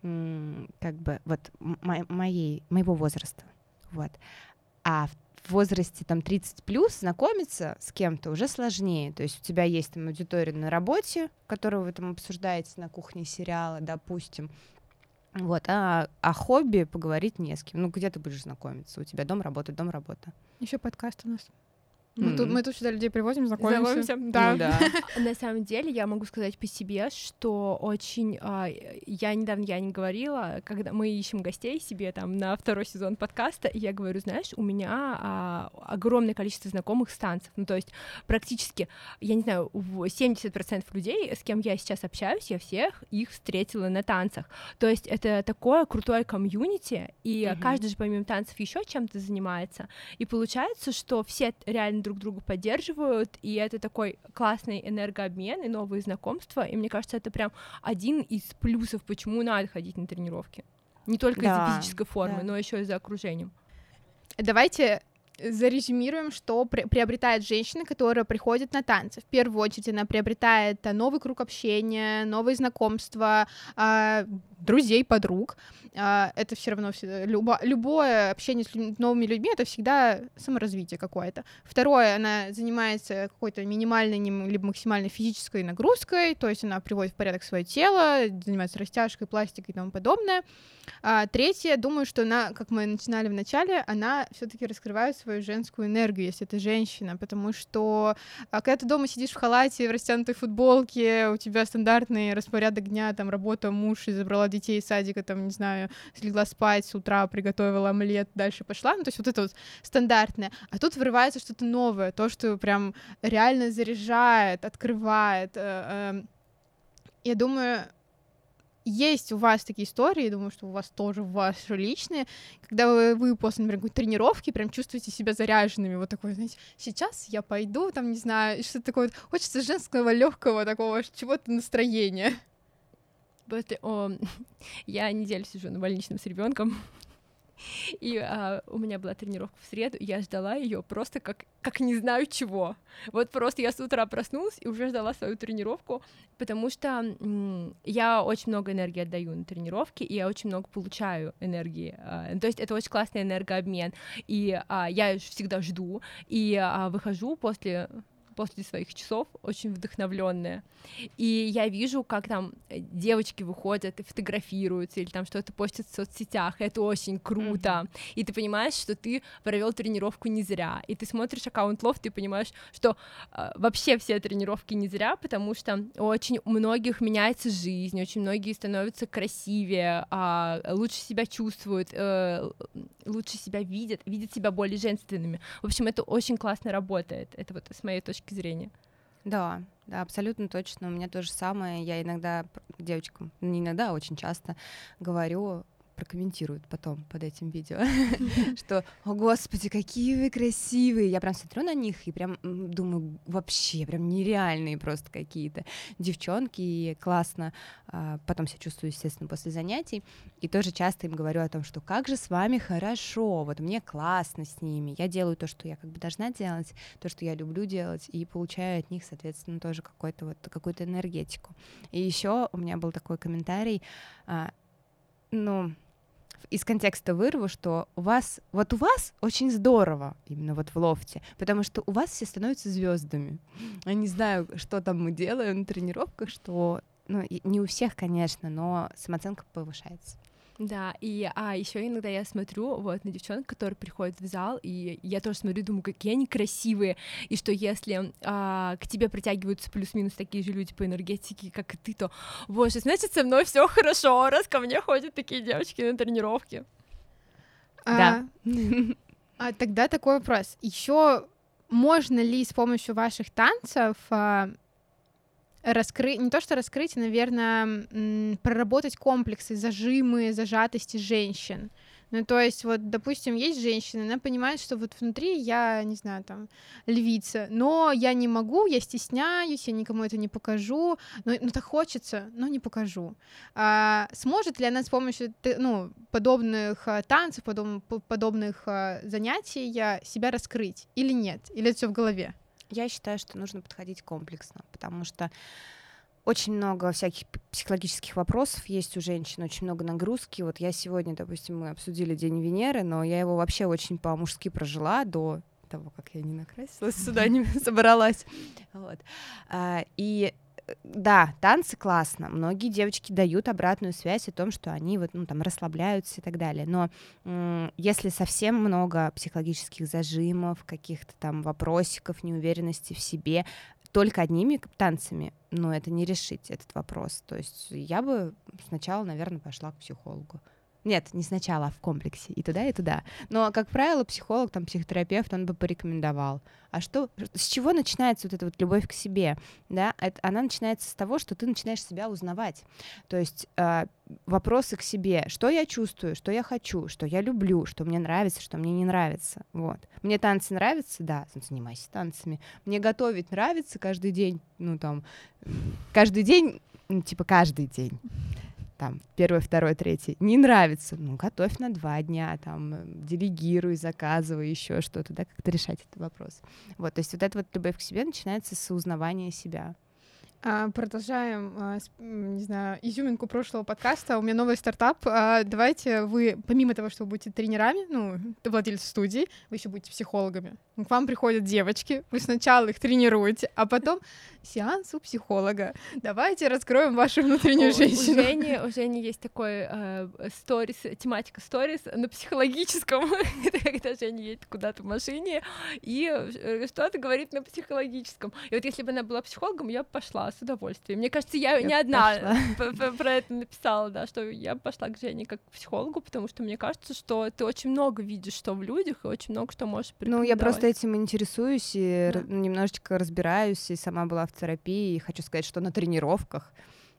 Speaker 3: м, как бы вот мо- моей, моего возраста, вот. А в возрасте там тридцать плюс знакомиться с кем-то уже сложнее. То есть у тебя есть там аудитория на работе, которую вы там обсуждаете на кухне сериала, допустим. Вот, а о хобби поговорить не с кем. Ну, где ты будешь знакомиться? У тебя дом, работа, дом, работа.
Speaker 1: Еще подкаст у нас. Мы,
Speaker 3: М.
Speaker 1: тут, мы тут сюда людей привозим, знакомимся.
Speaker 2: Знакомимся.
Speaker 1: Да.
Speaker 3: Ну да.
Speaker 2: На самом деле, я могу сказать по себе, что очень... а, я недавно я не говорила, когда мы ищем гостей себе там на второй сезон подкаста, и я говорю, знаешь, у меня а, огромное количество знакомых с танцев, ну то есть практически, я не знаю, в семьдесят процентов людей, с кем я сейчас общаюсь, я всех их встретила на танцах. То есть это такое крутое комьюнити, и
Speaker 3: Мгм.
Speaker 2: каждый же помимо танцев еще чем-то занимается, и получается, что все реально друг друга поддерживают, и это такой классный энергообмен и новые знакомства, и мне кажется, это прям один из плюсов, почему надо ходить на тренировки. Не только
Speaker 3: Да,
Speaker 2: из-за физической формы,
Speaker 3: да.
Speaker 2: но еще и за окружением.
Speaker 1: Давайте зарезюмируем, что при- приобретает женщина, которая приходит на танцы. В первую очередь она приобретает а, новый круг общения, новые знакомства, а, друзей, подруг. А, это все равно всегда, любо, любое общение с людьми- новыми людьми — это всегда саморазвитие какое-то. Второе, она занимается какой-то минимальной нем- либо максимальной физической нагрузкой, то есть она приводит в порядок свое тело, занимается растяжкой, пластикой и тому подобное. А, третье, думаю, что она, как мы начинали в начале, она все-таки раскрывает свою женскую энергию, если это женщина, потому что а, когда ты дома сидишь в халате, в растянутой футболке, у тебя стандартный распорядок дня, там, работа, муж, и забрала детей из садика, там, не знаю, слегла спать, с утра приготовила омлет, дальше пошла, ну, то есть вот это вот стандартное, а тут вырывается что-то новое, то, что прям реально заряжает, открывает. э, э. Я думаю, есть у вас такие истории, я думаю, что у вас тоже ваши личные, когда вы, вы после, например, какой-то тренировки прям чувствуете себя заряженными, вот такой, знаете, сейчас я пойду, там, не знаю, и что-то такое, вот, хочется женского, легкого такого, чего-то настроения.
Speaker 2: После- о, я неделю сижу на больничном с ребенком. И а, у меня была тренировка в среду, и я ждала ее просто как, как не знаю чего. Вот просто я с утра проснулась и уже ждала свою тренировку, потому что м, я очень много энергии отдаю на тренировки, и я очень много получаю энергии. А, то есть это очень классный энергообмен. И а, я всегда жду, и а, выхожу после... после своих часов, очень вдохновленная. И я вижу, как там девочки выходят и фотографируются, или там что-то постят в соцсетях, и это очень круто. Mm-hmm. И ты понимаешь, что ты провел тренировку не зря. И ты смотришь аккаунт Лофт, ты понимаешь, что э, вообще все тренировки не зря, потому что очень у многих меняется жизнь, очень многие становятся красивее, э, лучше себя чувствуют, э, лучше себя видят, видят себя более женственными. В общем, это очень классно работает. Это вот с моей точки зрения.
Speaker 3: Да, да, абсолютно точно. У меня то же самое. Я иногда девочкам, не иногда, а очень часто говорю, прокомментируют потом под этим видео, что, о господи, какие вы красивые. Я прям смотрю на них и прям думаю, вообще, прям нереальные просто какие-то девчонки, и классно. Потом себя чувствую, естественно, после занятий. И тоже часто им говорю о том, что как же с вами хорошо, вот мне классно с ними. Я делаю то, что я как бы должна делать, то, что я люблю делать, и получаю от них, соответственно, тоже какой-то вот, какую-то энергетику. И еще у меня был такой комментарий, ну, из контекста вырву, что у вас, вот у вас очень здорово именно вот в лофте, потому что у вас все становятся звездами. Я не знаю, что там мы делаем на тренировках, что, ну, не у всех, конечно, но самооценка повышается.
Speaker 2: Да, и а еще иногда я смотрю вот на девчонок, которые приходят в зал, и я тоже смотрю, думаю, какие они красивые, и что если а, к тебе притягиваются плюс-минус такие же люди по энергетике, как и ты, то, боже, значит, со мной все хорошо, раз ко мне ходят такие девочки на тренировки.
Speaker 3: Да.
Speaker 1: А, а тогда такой вопрос. Еще можно ли с помощью ваших танцев а, раскрыть, не то что раскрыть, а, наверное, м, проработать комплексы, зажимы, зажатости женщин? Ну, то есть, вот, допустим, есть женщина, она понимает, что вот внутри я, не знаю, там, львица, но я не могу, я стесняюсь, я никому это не покажу, но, ну, так хочется, но не покажу. А, сможет ли она с помощью, ну, подобных а, танцев, подоб, подобных а, занятий себя раскрыть или нет? Или это все в голове?
Speaker 3: Я считаю, что нужно подходить комплексно, потому что очень много всяких психологических вопросов есть у женщин, очень много нагрузки. Вот я сегодня, допустим, мы обсудили День Венеры, но я его вообще очень по-мужски прожила до того, как я не накрасилась, сюда не собралась. Вот. А, и да, танцы классно. Многие девочки дают обратную связь о том, что они вот, ну, там, расслабляются и так далее. Но м- если совсем много психологических зажимов, каких-то там вопросиков, неуверенности в себе, только одними танцами, ну, это не решить этот вопрос. То есть я бы сначала, наверное, пошла к психологу. Нет, не сначала, а в комплексе. И туда, и туда. Но, как правило, психолог, там, психотерапевт, он бы порекомендовал. А что, с чего начинается вот эта вот любовь к себе? Да? Это, она начинается с того, что ты начинаешь себя узнавать. То есть э, вопросы к себе. Что я чувствую, что я хочу, что я люблю, что мне нравится, что мне не нравится. Вот. Мне танцы нравятся? Да, занимайся танцами. Мне готовить нравится каждый день? Ну, там, каждый день, ну, типа каждый день. Там, первый, второй, третий, не нравится, ну, готовь на два дня, там, делегируй, заказывай, еще что-то, да, как-то решать этот вопрос. Вот, то есть вот эта вот любовь к себе начинается с узнавания себя.
Speaker 1: А, продолжаем, а, с, не знаю, изюминку прошлого подкаста. У меня новый стартап. А, давайте вы, помимо того, что вы будете тренерами, ну, владельцы студии, вы еще будете психологами. К вам приходят девочки, вы сначала их тренируете, а потом сеанс у психолога. Давайте раскроем вашу внутреннюю
Speaker 2: у,
Speaker 1: женщину.
Speaker 2: У Жени, у Жени есть такой сторис, э, тематика сторис на психологическом, когда Женя едет куда-то в машине и что-то говорит на психологическом. И вот если бы она была психологом, я бы пошла с удовольствием. Мне кажется, я, я не одна про это написала, да, что я пошла к Жене как к психологу, потому что мне кажется, что ты очень много видишь, что в людях, и очень много что можешь порекомендовать.
Speaker 3: Ну, я просто этим интересуюсь и да. немножечко разбираюсь, и сама была в терапии, и хочу сказать, что на тренировках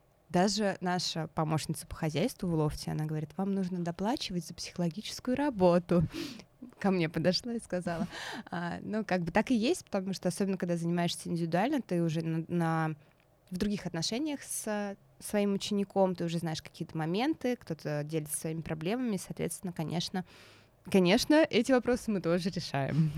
Speaker 3: даже наша помощница по хозяйству в лофте, она говорит, вам нужно доплачивать за психологическую работу. Ко мне подошла и сказала. А, ну, как бы так и есть, потому что особенно, когда занимаешься индивидуально, ты уже на, на, в других отношениях с своим учеником, ты уже знаешь какие-то моменты, кто-то делится своими проблемами, соответственно, конечно, конечно, эти вопросы мы тоже решаем.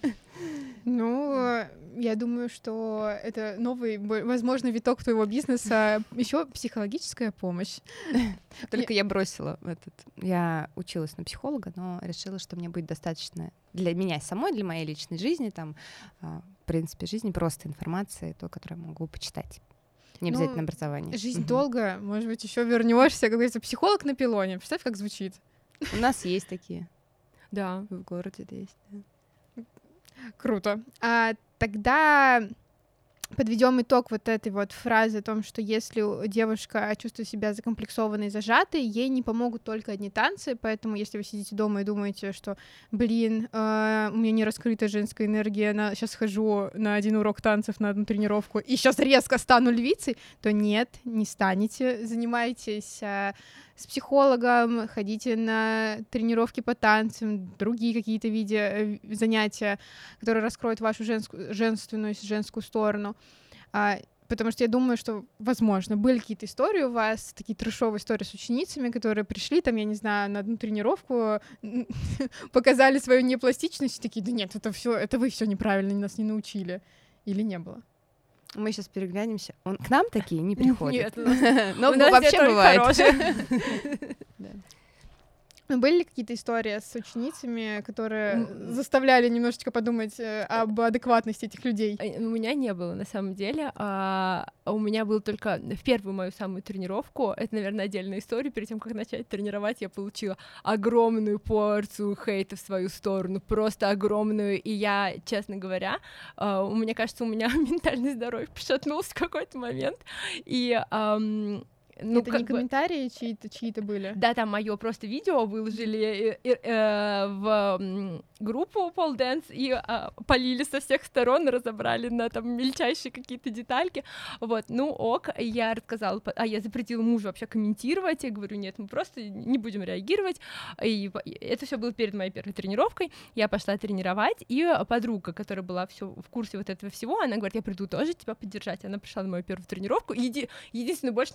Speaker 1: Ну, я думаю, что это новый, возможно, виток твоего бизнеса, еще психологическая помощь.
Speaker 3: Только я бросила этот. Я училась на психолога, но решила, что мне будет достаточно для меня самой, для моей личной жизни, там, в принципе, жизни просто информации, то, которую я могу почитать. Не обязательно ну, образование.
Speaker 1: Жизнь угу. долгая, может быть, еще вернешься, как говорится, психолог на пилоне. Представь, как звучит.
Speaker 3: У нас есть такие.
Speaker 2: Да.
Speaker 3: В городе есть.
Speaker 1: Круто. А, тогда подведем итог вот этой вот фразы о том, что если девушка чувствует себя закомплексованной и зажатой, ей не помогут только одни танцы, поэтому если вы сидите дома и думаете, что, блин, э, у меня не раскрыта женская энергия, на... сейчас хожу на один урок танцев, на одну тренировку, и сейчас резко стану львицей, то нет, не станете, занимайтесь э, с психологом, ходите на тренировки по танцам, другие какие-то виды занятия, которые раскроют вашу женскую, женственную, женскую сторону. А, потому что я думаю, что, возможно, были какие-то истории у вас, такие трэшовые истории с ученицами, которые пришли, там, я не знаю, на одну тренировку, показали свою непластичность, и такие, да нет, это все, это вы все неправильно, нас не научили. Или не было?
Speaker 3: Мы сейчас переглянемся. Он к нам такие не приходят.
Speaker 2: Нет,
Speaker 3: но вообще бывает.
Speaker 1: Были ли какие-то истории с ученицами, которые заставляли немножечко подумать об адекватности этих людей?
Speaker 2: У меня не было, на самом деле. А у меня был только в первую мою самую тренировку. Это, наверное, отдельная история. Перед тем, как начать тренировать, я получила огромную порцию хейта в свою сторону. Просто огромную. И я, честно говоря, у меня кажется, у меня ментальное здоровье пошатнулось в какой-то момент. И...
Speaker 1: Ну, это не комментарии бы... чьи-то, чьи-то были?
Speaker 2: Да, там мое просто видео выложили э, э, в группу Pole Dance и э, полили со всех сторон, разобрали на там мельчайшие какие-то детальки. Вот, ну ок, я рассказала, а я запретила мужу вообще комментировать, я говорю, нет, мы просто не будем реагировать. И это все было перед моей первой тренировкой. Я пошла тренировать, и подруга, которая была все в курсе вот этого всего, она говорит, я приду тоже тебя поддержать. Она пришла на мою первую тренировку, и еди... единственное, больше никогда не приходила.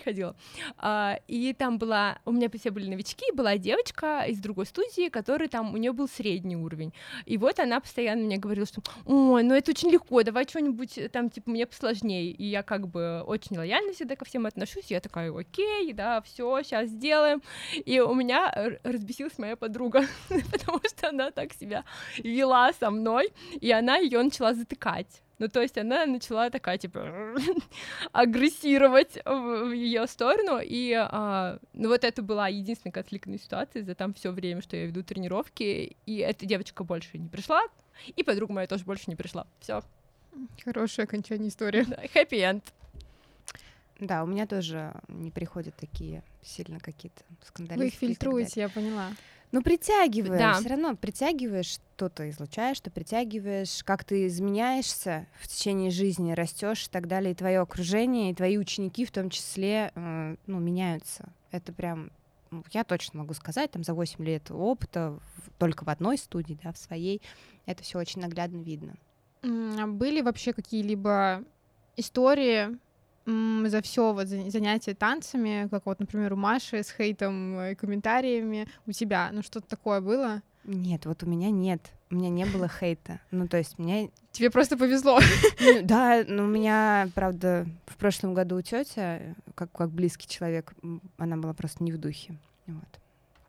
Speaker 2: ходила. А, и там была, у меня все были новички, была девочка из другой студии, которая там, у нее был средний уровень. И вот она постоянно мне говорила, что, ой, ну это очень легко, давай что-нибудь там, типа, мне посложнее. И я как бы очень лояльно всегда ко всем отношусь, я такая, окей, да, все, сейчас сделаем. И у меня разбесилась моя подруга, потому что она так себя вела со мной, и она ее начала затыкать. Ну, то есть она начала такая, типа, агрессировать в ее сторону, и, а, ну, вот это была единственная конфликтная ситуация за там все время, что я веду тренировки, и эта девочка больше не пришла, и подруга моя тоже больше не пришла. Все.
Speaker 1: Хорошее окончание истории.
Speaker 2: Хэппи-энд.
Speaker 3: Да, у меня тоже не приходят такие сильно какие-то скандалистики.
Speaker 1: Вы их фильтруете, я поняла.
Speaker 3: Ну, притягиваешь,
Speaker 2: да.
Speaker 3: все равно притягиваешь, что-то излучаешь, что притягиваешь, как ты изменяешься в течение жизни, растешь и так далее, и твое окружение, и твои ученики в том числе, э, ну, меняются. Это прям, ну, я точно могу сказать, там за восемь лет опыта в, только в одной студии, да, в своей, это все очень наглядно видно.
Speaker 1: А были вообще какие-либо истории м, за все вот за- занятия танцами, как вот, например, у Маши с хейтом и комментариями, у тебя, ну что-то такое было?
Speaker 3: Нет, вот у меня нет, у меня не было хейта. Ну, то есть мне...
Speaker 1: Тебе просто повезло.
Speaker 3: Ну, да, но у меня, правда, в прошлом году тетя, как, как близкий человек, м, она была просто не в духе. Вот.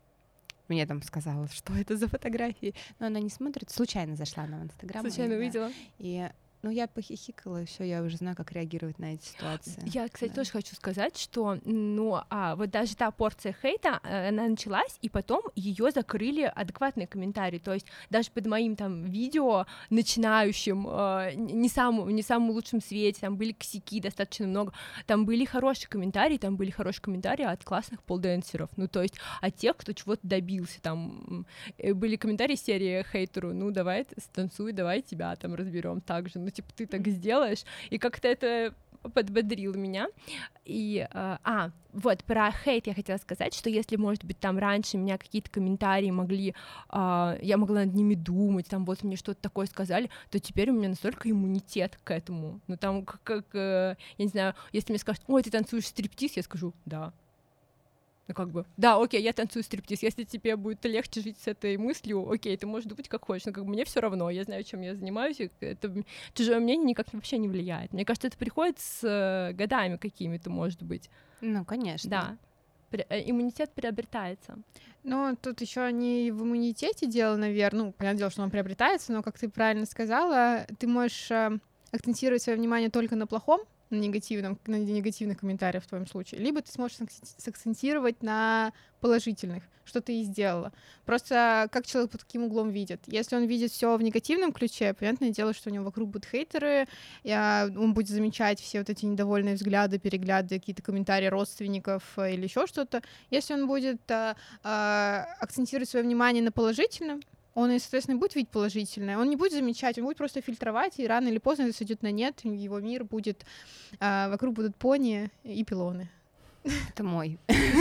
Speaker 3: Мне там сказала, что это за фотографии. Но она не смотрит. Случайно зашла она в Инстаграм.
Speaker 2: Случайно
Speaker 3: и, да,
Speaker 2: увидела.
Speaker 3: И, ну, я похихикала, и все, я уже знаю, как реагировать на эти ситуации.
Speaker 2: Я, кстати,
Speaker 3: Да.
Speaker 2: тоже хочу сказать, что, ну, а, вот даже та порция хейта, э, она началась, и потом ее закрыли адекватные комментарии, то есть даже под моим там видео начинающим, э, не самым, не самым лучшем свете, там были косяки достаточно много, там были хорошие комментарии, там были хорошие комментарии от классных полденсеров, ну, то есть от тех, кто чего-то добился, там э, были комментарии серии хейтеру, ну, давай станцуй, давай тебя там разберем так же, ну, типа, ты так сделаешь, и как-то это подбодрил меня. И, э, а, вот, про хейт я хотела сказать, что если, может быть, там раньше меня какие-то комментарии могли, э, я могла над ними думать, там вот мне что-то такое сказали, то теперь у меня настолько иммунитет к этому. Ну, там, как, как э, я не знаю, если мне скажут, ой, ты танцуешь стриптиз, я скажу, да. Ну, как бы, да, окей, я танцую стриптиз. Если тебе будет легче жить с этой мыслью, окей, ты можешь думать как хочешь, но как бы мне все равно, я знаю, чем я занимаюсь, и это чужое мнение никак вообще не влияет. Мне кажется, это приходит с э, годами какими-то, может быть.
Speaker 3: Ну, конечно.
Speaker 2: Да. Пре- э, иммунитет приобретается.
Speaker 1: Ну, тут еще не в иммунитете дело, наверное. Ну, понятное дело, что он приобретается, но, как ты правильно сказала, ты можешь э, акцентировать свое внимание только на плохом, на негативном, на негативных комментариях в твоем случае, либо ты сможешь сакцентировать на положительных, что ты и сделала. Просто как человек под таким углом видит. Если он видит все в негативном ключе, понятное дело, что у него вокруг будут хейтеры, и он будет замечать все вот эти недовольные взгляды, перегляды, какие-то комментарии родственников или еще что-то. Если он будет а, а, акцентировать свое внимание на положительном, он, соответственно, будет видеть положительное, он не будет замечать, он будет просто фильтровать, и рано или поздно это сойдет на нет, его мир будет, а, вокруг будут пони и пилоны.
Speaker 3: Это мой.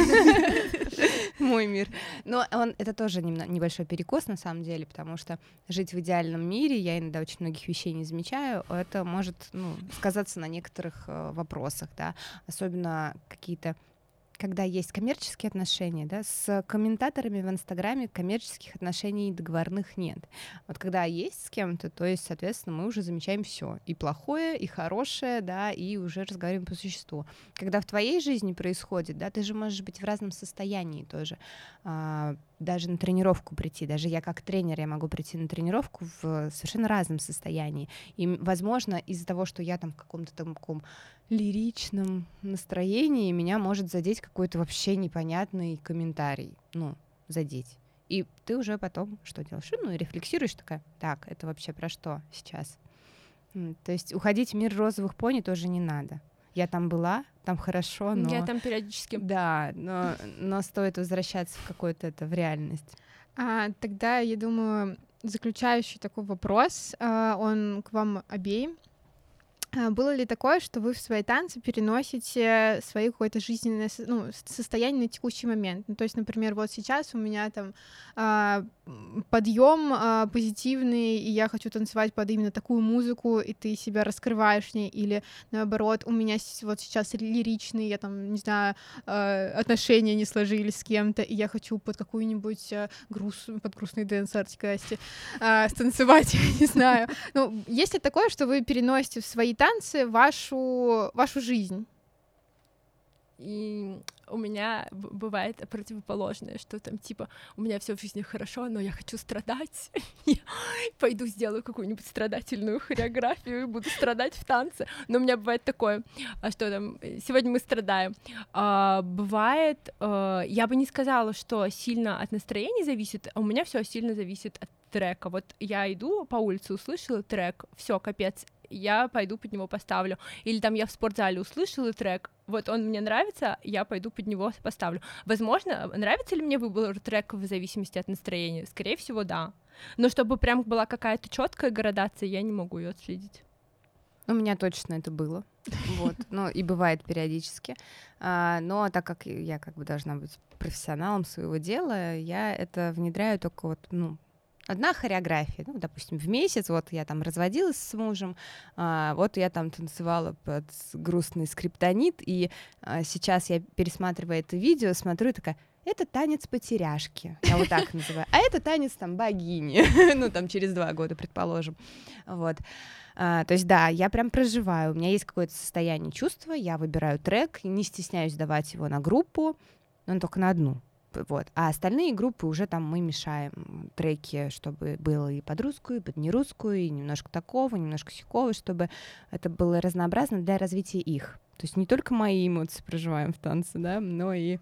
Speaker 3: Мой мир. Но он, это тоже небольшой перекос, на самом деле, потому что жить в идеальном мире, я иногда очень многих вещей не замечаю, это может, ну, сказаться на некоторых э, вопросах, да, особенно какие-то, когда есть коммерческие отношения, да, с комментаторами в Инстаграме коммерческих отношений договорных нет. Вот когда есть с кем-то, то есть, соответственно, мы уже замечаем все, и плохое, и хорошее, да, и уже разговариваем по существу. Когда в твоей жизни происходит, да, ты же можешь быть в разном состоянии тоже, а, даже на тренировку прийти, даже я как тренер, я могу прийти на тренировку в совершенно разном состоянии, и, возможно, из-за того, что я там в каком-то таком лиричном настроении, меня может задеть какой-то вообще непонятный комментарий, ну, задеть. И ты уже потом что делаешь? Ну, рефлексируешь такая, так, это вообще про что сейчас? То есть уходить в мир розовых пони тоже не надо. Я там была, там хорошо, но...
Speaker 2: Я там периодически...
Speaker 3: Да, но, но стоит возвращаться в какую-то это, в реальность.
Speaker 1: А, тогда, я думаю, заключающий такой вопрос, а, он к вам обеим. А было ли такое, что вы в свои танцы переносите свои какое-то жизненное со- ну, с- состояние на текущий момент? Ну, то есть, например, вот сейчас у меня там а, м, подъем а, позитивный, и я хочу танцевать под именно такую музыку, и ты себя раскрываешь в ней, или наоборот, у меня с- вот сейчас лиричный, я там, не знаю, а, отношения не сложились с кем-то, и я хочу под какую-нибудь а, груз, под грустный дэнс Артик и Асти а, станцевать, я не знаю. Ну, есть ли такое, что вы переносите в свои танцы вашу, вашу жизнь?
Speaker 2: И у меня б- бывает противоположное, что там типа у меня все в жизни хорошо, но я хочу страдать. Я пойду сделаю какую-нибудь страдательную хореографию и буду страдать в танце. Но у меня бывает такое, а что там, э, сегодня мы страдаем. А, бывает, э, я бы не сказала, что сильно от настроения зависит, а у меня все сильно зависит от трека. Вот я иду по улице, услышала трек, все, капец, я пойду под него поставлю. Или там я в спортзале услышала трек, вот он мне нравится, я пойду под него поставлю. Возможно, нравится ли мне выбор трека в зависимости от настроения? Скорее всего, да. Но чтобы прям была какая-то четкая градация, я не могу ее отследить.
Speaker 3: У меня точно это было. Вот. Ну, и бывает периодически. А, но так как я как бы должна быть профессионалом своего дела, я это внедряю только вот, ну, одна хореография, ну, допустим, в месяц, вот я там разводилась с мужем, а, вот я там танцевала под грустный скриптонит, и а, сейчас я, пересматривая это видео, смотрю и такая, это танец потеряшки, я вот так называю, а это танец там богини, ну, там через два года, предположим, вот. А, то есть, да, я прям проживаю, у меня есть какое-то состояние чувства, я выбираю трек, не стесняюсь давать его на группу, но только на одну. Вот. А остальные группы уже там мы мешаем треки, чтобы было и под русскую, и под нерусскую, и немножко такого, немножко сякого, чтобы это было разнообразно для развития их. То есть не только мои эмоции проживаем в танце, да, но и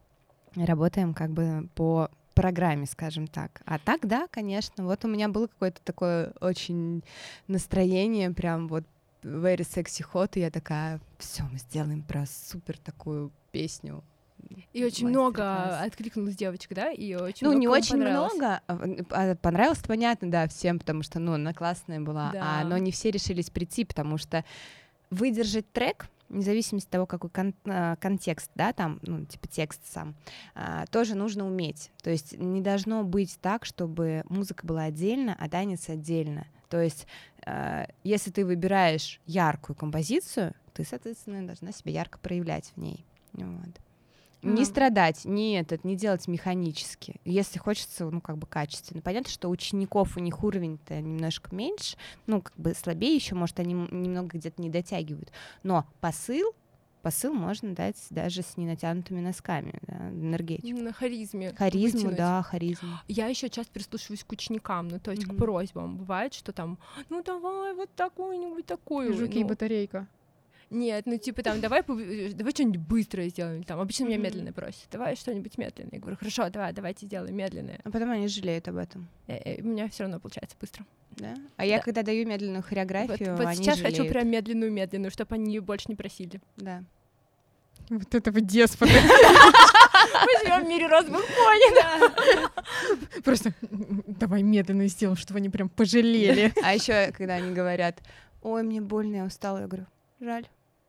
Speaker 3: работаем как бы по программе, скажем так. А так, да, конечно. Вот у меня было какое-то такое очень настроение, прям вот very sexy hot, и я такая, все, мы сделаем про супер такую песню.
Speaker 2: И очень много откликнулась девочек, да? И очень
Speaker 3: ну,
Speaker 2: много
Speaker 3: не очень
Speaker 2: понравилось.
Speaker 3: много. А, понравилось, понятно, да, всем, потому что, ну, она классная была.
Speaker 2: Да.
Speaker 3: А, но не все решились прийти, потому что выдержать трек, вне зависимости от того, какой кон- контекст, да, там, ну, типа текст сам, а, тоже нужно уметь. То есть не должно быть так, чтобы музыка была отдельно, а танец отдельно. То есть а, если ты выбираешь яркую композицию, ты, соответственно, должна себя ярко проявлять в ней. Вот. Не страдать, не этот, не делать механически, если хочется, ну, как бы качественно. Понятно, что учеников у них уровень-то немножко меньше, ну, как бы слабее еще, может, они немного где-то не дотягивают. Но посыл, посыл можно дать даже с ненатянутыми носками, да, энергетику.
Speaker 2: На харизме.
Speaker 3: Харизму,
Speaker 2: вытянуть.
Speaker 3: да, харизму.
Speaker 2: Я еще часто прислушиваюсь к ученикам, ну, то есть
Speaker 3: Мгм.
Speaker 2: к просьбам. Бывает, что там, ну, давай вот такую-нибудь такую.
Speaker 1: Жуки и
Speaker 2: ну,
Speaker 1: батарейка.
Speaker 2: Нет, ну типа там давай, пов- давай что-нибудь быстрое сделаем. Там обычно меня
Speaker 3: Мгм.
Speaker 2: медленное просят. Давай что-нибудь медленное. Я говорю, хорошо, давай, давайте сделаем медленное.
Speaker 3: А потом они жалеют об этом,
Speaker 2: Э, э, У меня все равно получается быстро.
Speaker 3: да? А я,
Speaker 2: Да.
Speaker 3: когда даю медленную
Speaker 2: Вот,
Speaker 3: хореографию,
Speaker 2: вот
Speaker 3: они
Speaker 2: сейчас
Speaker 3: жалеют.
Speaker 2: хочу прям медленную-медленную, чтобы они больше не просили.
Speaker 3: Да.
Speaker 1: Вот этого деспота.
Speaker 2: Мы живем в мире розовых пони, да.
Speaker 1: Просто давай медленно сделаем, чтобы они прям пожалели.
Speaker 3: А еще, когда они говорят, ой, мне больно, я устала, я говорю, жаль.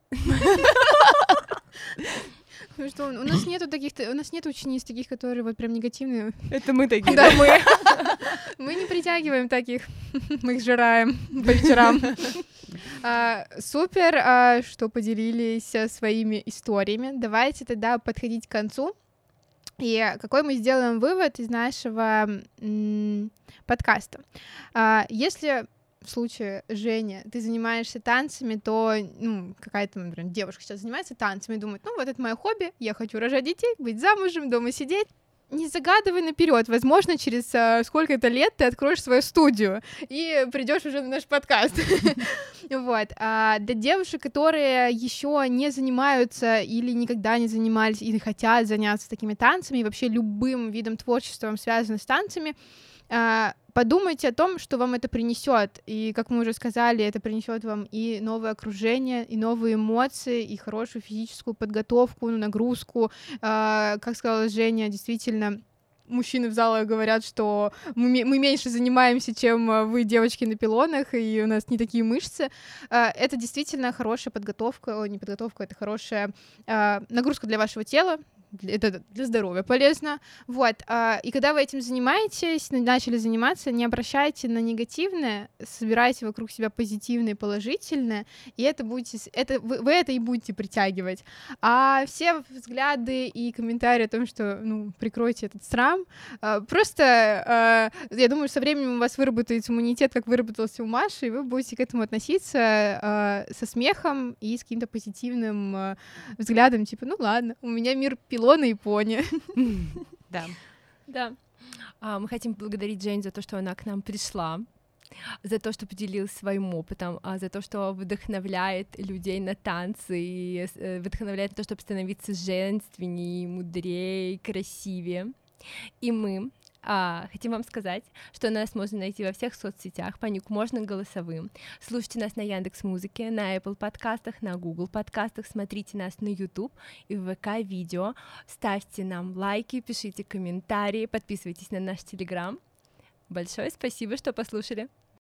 Speaker 1: Ну что, у нас нету таких, у нас нет учениц таких, которые вот прям негативные.
Speaker 3: Это мы такие.
Speaker 1: Да, мы. Мы не притягиваем таких. Мы их жираем по вечерам. А, супер, а, что поделились а, своими историями. Давайте тогда подходить к концу. И какой мы сделаем вывод из нашего м, подкаста. А, если в случае, Женя, ты занимаешься танцами, то, ну, какая-то, например, девушка сейчас занимается танцами и думает, ну, вот это мое хобби, я хочу рожать детей, быть замужем, дома сидеть. Не загадывай наперед, возможно, через а, сколько-то лет ты откроешь свою студию и придешь уже на наш подкаст. Вот. А для девушек, которые еще не занимаются или никогда не занимались или хотят заняться такими танцами и вообще любым видом творчества, связанным с танцами, а, подумайте о том, что вам это принесет. И, как мы уже сказали, это принесет вам и новое окружение, и новые эмоции, и хорошую физическую подготовку, нагрузку. А, как сказала Женя, действительно, мужчины в залах говорят, что мы, мы меньше занимаемся, чем вы, девочки, на пилонах, и у нас не такие мышцы. Это действительно хорошая подготовка, о, не подготовка, это хорошая нагрузка для вашего тела, это для здоровья полезно, вот, и когда вы этим занимаетесь, начали заниматься, не обращайте на негативное, собирайте вокруг себя позитивное, положительное, и это будете, это, вы, вы это и будете притягивать, а все взгляды и комментарии о том, что, ну, прикройте этот срам, просто, я думаю, со временем у вас выработается иммунитет, как выработался у Маши, и вы будете к этому относиться со смехом и с каким-то позитивным взглядом, типа, ну ладно, у меня мир пилот, и пони.
Speaker 3: Да.
Speaker 2: Да. А, мы хотим поблагодарить Жень за то, что она к нам пришла, за то, что поделилась своим опытом, а за то, что вдохновляет людей на танцы и вдохновляет на то, чтобы становиться женственнее, мудрее, красивее. И мы А, хотим вам сказать, что нас можно найти во всех соцсетях, по нику можно голосовым. Слушайте нас на Яндекс.Музыке, на Apple подкастах, на Google подкастах, смотрите нас на YouTube и в ВК видео, ставьте нам лайки, пишите комментарии, подписывайтесь на наш Телеграм. Большое спасибо, что послушали.